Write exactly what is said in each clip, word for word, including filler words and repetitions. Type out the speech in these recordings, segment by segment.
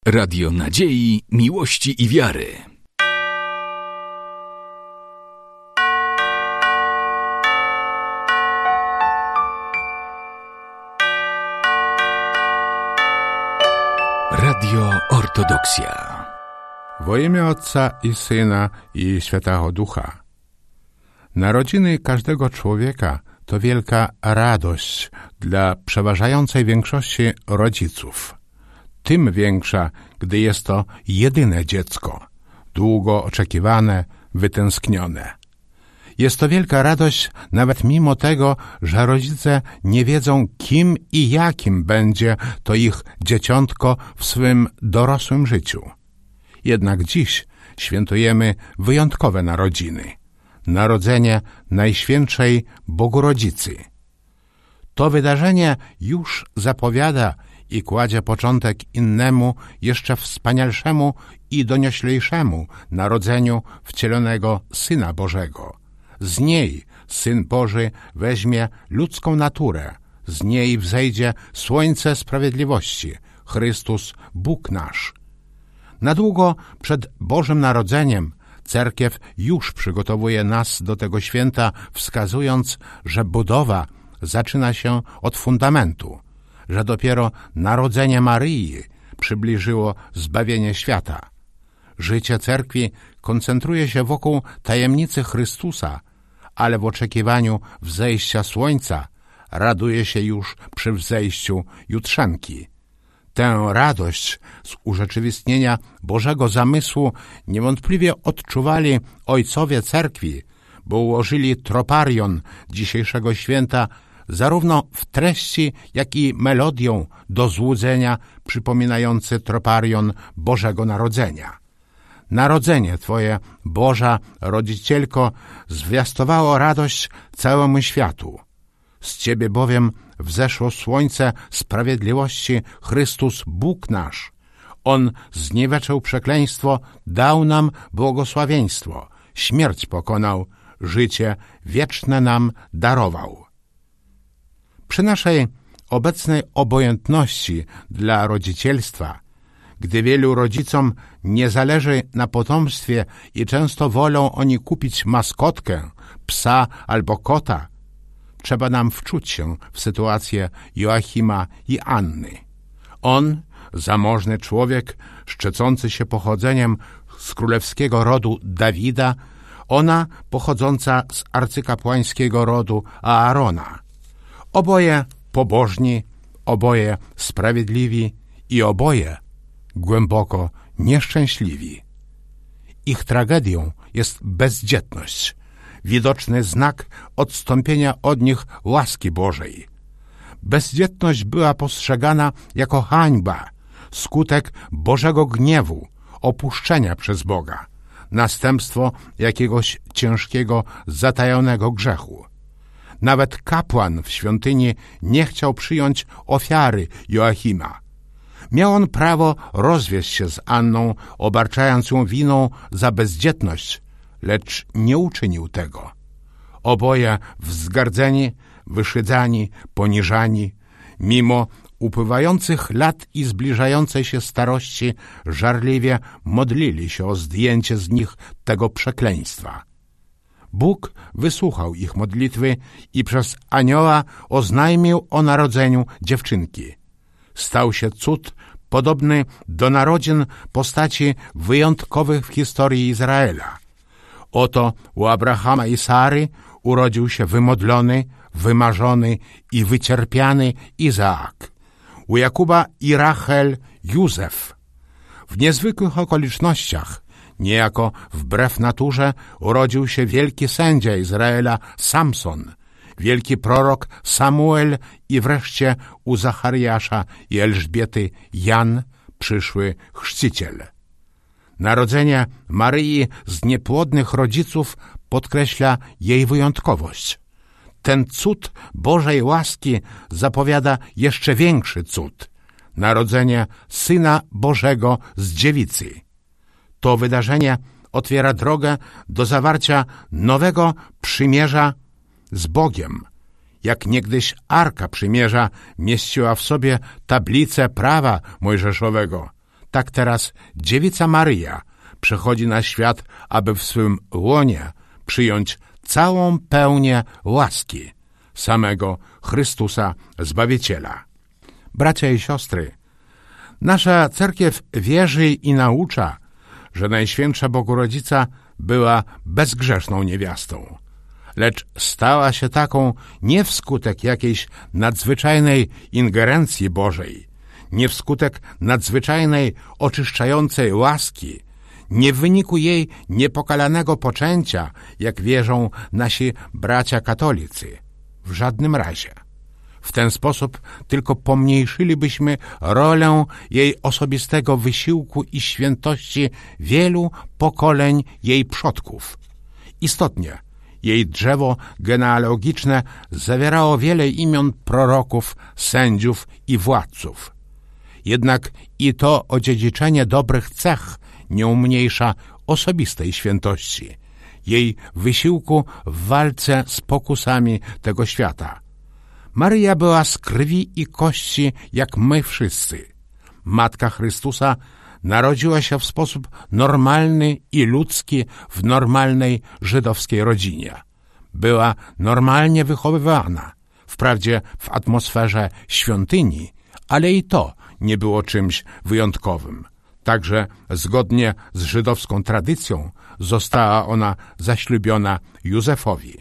Radio Nadziei, Miłości i Wiary. Radio Ortodoksja. W imię Ojca i Syna i Świętego Ducha. Narodziny każdego człowieka to wielka radość dla przeważającej większości rodziców. Tym większa, gdy jest to jedyne dziecko, długo oczekiwane, wytęsknione. Jest to wielka radość nawet mimo tego, że rodzice nie wiedzą, kim i jakim będzie to ich dzieciątko w swym dorosłym życiu. Jednak dziś świętujemy wyjątkowe narodziny. Narodzenie Najświętszej Bogorodzicy. To wydarzenie już zapowiada i kładzie początek innemu, jeszcze wspanialszemu i donioślejszemu narodzeniu wcielonego Syna Bożego. Z niej Syn Boży weźmie ludzką naturę, z niej wzejdzie słońce sprawiedliwości, Chrystus, Bóg nasz. Na długo przed Bożym Narodzeniem Cerkiew już przygotowuje nas do tego święta, wskazując, że budowa zaczyna się od fundamentu, że dopiero narodzenie Maryi przybliżyło zbawienie świata. Życie Cerkwi koncentruje się wokół tajemnicy Chrystusa, ale w oczekiwaniu wzejścia słońca raduje się już przy wzejściu jutrzenki. Tę radość z urzeczywistnienia Bożego zamysłu niewątpliwie odczuwali ojcowie Cerkwi, bo ułożyli troparion dzisiejszego święta zarówno w treści, jak i melodią do złudzenia przypominający troparion Bożego Narodzenia. Narodzenie Twoje, Boża Rodzicielko, zwiastowało radość całemu światu. Z Ciebie bowiem wzeszło słońce sprawiedliwości, Chrystus, Bóg nasz. On zniweczył przekleństwo, dał nam błogosławieństwo, śmierć pokonał, życie wieczne nam darował. Przy naszej obecnej obojętności dla rodzicielstwa, gdy wielu rodzicom nie zależy na potomstwie i często wolą oni kupić maskotkę, psa albo kota, trzeba nam wczuć się w sytuację Joachima i Anny. On, zamożny człowiek, szczycący się pochodzeniem z królewskiego rodu Dawida, ona pochodząca z arcykapłańskiego rodu Aarona. Oboje pobożni, oboje sprawiedliwi i oboje głęboko nieszczęśliwi. Ich tragedią jest bezdzietność, widoczny znak odstąpienia od nich łaski Bożej. Bezdzietność była postrzegana jako hańba, skutek Bożego gniewu, opuszczenia przez Boga, następstwo jakiegoś ciężkiego, zatajonego grzechu. Nawet kapłan w świątyni nie chciał przyjąć ofiary Joachima. Miał on prawo rozwieść się z Anną, obarczając ją winą za bezdzietność, lecz nie uczynił tego. Oboje wzgardzeni, wyszydzani, poniżani, mimo upływających lat i zbliżającej się starości, żarliwie modlili się o zdjęcie z nich tego przekleństwa. Bóg wysłuchał ich modlitwy i przez anioła oznajmił o narodzeniu dziewczynki. Stał się cud podobny do narodzin postaci wyjątkowych w historii Izraela. Oto u Abrahama i Sary urodził się wymodlony, wymarzony i wycierpiany Izaak. U Jakuba i Rachel Józef. W niezwykłych okolicznościach, niejako wbrew naturze, urodził się wielki sędzia Izraela Samson, wielki prorok Samuel i wreszcie u Zachariasza i Elżbiety Jan, przyszły chrzciciel. Narodzenie Maryi z niepłodnych rodziców podkreśla jej wyjątkowość. Ten cud Bożej łaski zapowiada jeszcze większy cud – narodzenie Syna Bożego z dziewicy. To wydarzenie otwiera drogę do zawarcia nowego przymierza z Bogiem. Jak niegdyś Arka Przymierza mieściła w sobie tablicę prawa mojżeszowego, tak teraz dziewica Maryja przychodzi na świat, aby w swym łonie przyjąć całą pełnię łaski samego Chrystusa Zbawiciela. Bracia i siostry, nasza cerkiew wierzy i naucza, że Najświętsza Bogorodzica była bezgrzeszną niewiastą, lecz stała się taką nie wskutek jakiejś nadzwyczajnej ingerencji Bożej, nie wskutek nadzwyczajnej oczyszczającej łaski, nie w wyniku jej niepokalanego poczęcia, jak wierzą nasi bracia katolicy. W żadnym razie. W ten sposób tylko pomniejszylibyśmy rolę jej osobistego wysiłku i świętości wielu pokoleń jej przodków. Istotnie, jej drzewo genealogiczne zawierało wiele imion proroków, sędziów i władców. Jednak i to odziedziczenie dobrych cech nie umniejsza osobistej świętości, jej wysiłku w walce z pokusami tego świata. Maryja była z krwi i kości, jak my wszyscy. Matka Chrystusa narodziła się w sposób normalny i ludzki w normalnej żydowskiej rodzinie. Była normalnie wychowywana, wprawdzie w atmosferze świątyni, ale i to nie było czymś wyjątkowym. Także zgodnie z żydowską tradycją została ona zaślubiona Józefowi.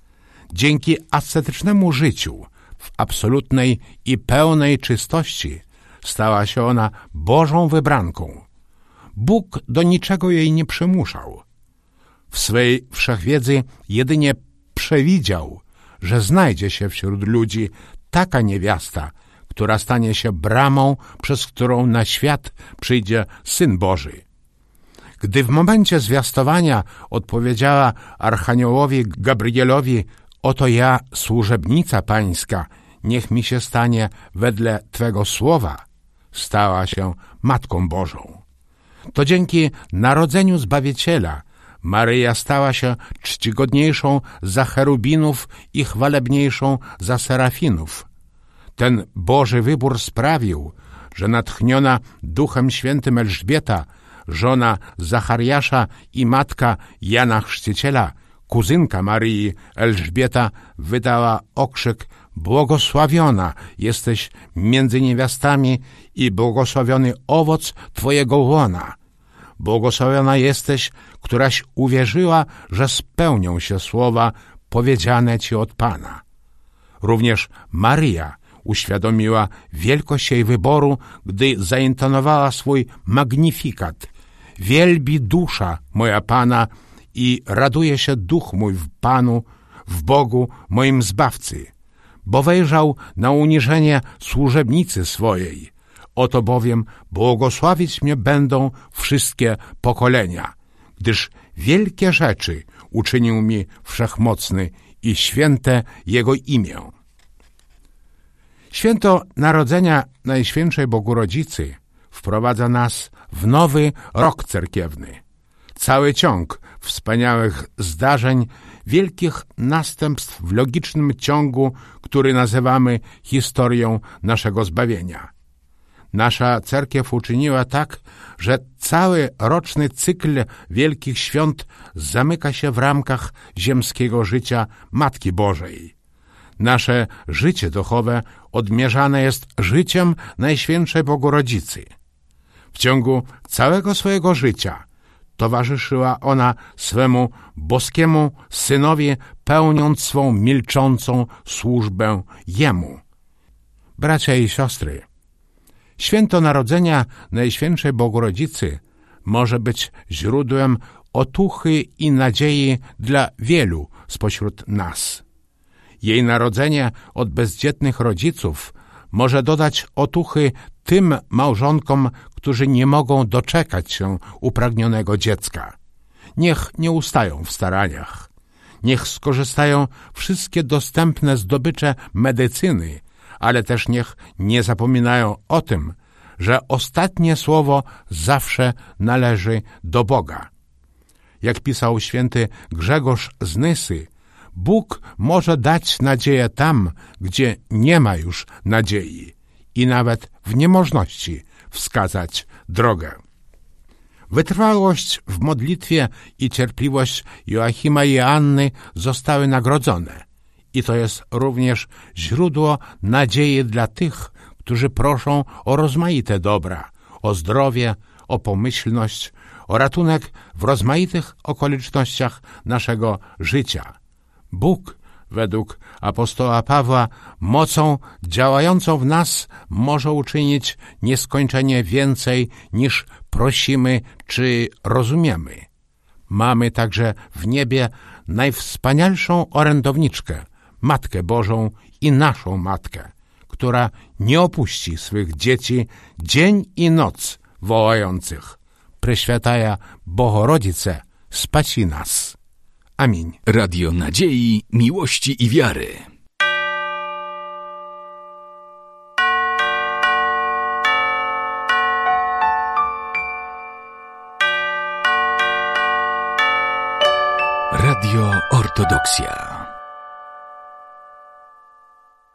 Dzięki ascetycznemu życiu w absolutnej i pełnej czystości stała się ona Bożą wybranką. Bóg do niczego jej nie przymuszał. W swej wszechwiedzy jedynie przewidział, że znajdzie się wśród ludzi taka niewiasta, która stanie się bramą, przez którą na świat przyjdzie Syn Boży. Gdy w momencie zwiastowania odpowiedziała archaniołowi Gabrielowi: oto ja, służebnica pańska, niech mi się stanie wedle Twego słowa, stała się Matką Bożą. To dzięki narodzeniu Zbawiciela Maryja stała się czcigodniejszą za cherubinów i chwalebniejszą za serafinów. Ten Boży wybór sprawił, że natchniona Duchem Świętym Elżbieta, żona Zachariasza i matka Jana Chrzciciela, kuzynka Maryi Elżbieta, wydała okrzyk: błogosławiona jesteś między niewiastami i błogosławiony owoc Twojego łona. Błogosławiona jesteś, któraś uwierzyła, że spełnią się słowa powiedziane Ci od Pana. Również Maryja uświadomiła wielkość jej wyboru, gdy zaintonowała swój magnifikat: wielbi dusza moja Pana i raduje się duch mój w Panu, w Bogu moim Zbawcy, bo wejrzał na uniżenie służebnicy swojej. Oto bowiem błogosławić mnie będą wszystkie pokolenia, gdyż wielkie rzeczy uczynił mi Wszechmocny i święte Jego imię. Święto Narodzenia Najświętszej Bogorodzicy wprowadza nas w nowy rok cerkiewny. Cały ciąg wspaniałych zdarzeń, wielkich następstw w logicznym ciągu, który nazywamy historią naszego zbawienia. Nasza cerkiew uczyniła tak, że cały roczny cykl wielkich świąt zamyka się w ramkach ziemskiego życia Matki Bożej. Nasze życie duchowe odmierzane jest życiem Najświętszej Bogorodzicy. W ciągu całego swojego życia towarzyszyła ona swemu boskiemu Synowi, pełniąc swą milczącą służbę Jemu. Bracia i siostry, Święto Narodzenia Najświętszej Bogorodzicy może być źródłem otuchy i nadziei dla wielu spośród nas. Jej narodzenie od bezdzietnych rodziców może dodać otuchy tym małżonkom, którzy nie mogą doczekać się upragnionego dziecka. Niech nie ustają w staraniach. Niech skorzystają wszystkie dostępne zdobycze medycyny, ale też niech nie zapominają o tym, że ostatnie słowo zawsze należy do Boga. Jak pisał święty Grzegorz z Nysy, Bóg może dać nadzieję tam, gdzie nie ma już nadziei, i nawet w niemożności wskazać drogę. Wytrwałość w modlitwie i cierpliwość Joachima i Anny zostały nagrodzone. I to jest również źródło nadziei dla tych, którzy proszą o rozmaite dobra, o zdrowie, o pomyślność, o ratunek w rozmaitych okolicznościach naszego życia. Bóg, według apostoła Pawła, mocą działającą w nas może uczynić nieskończenie więcej niż prosimy czy rozumiemy. Mamy także w niebie najwspanialszą orędowniczkę, Matkę Bożą i naszą Matkę, która nie opuści swych dzieci dzień i noc wołających: Preświataja Bohorodice, spaci nas. Amin. Radio Nadziei, Miłości i Wiary. Radio Ortodoksja.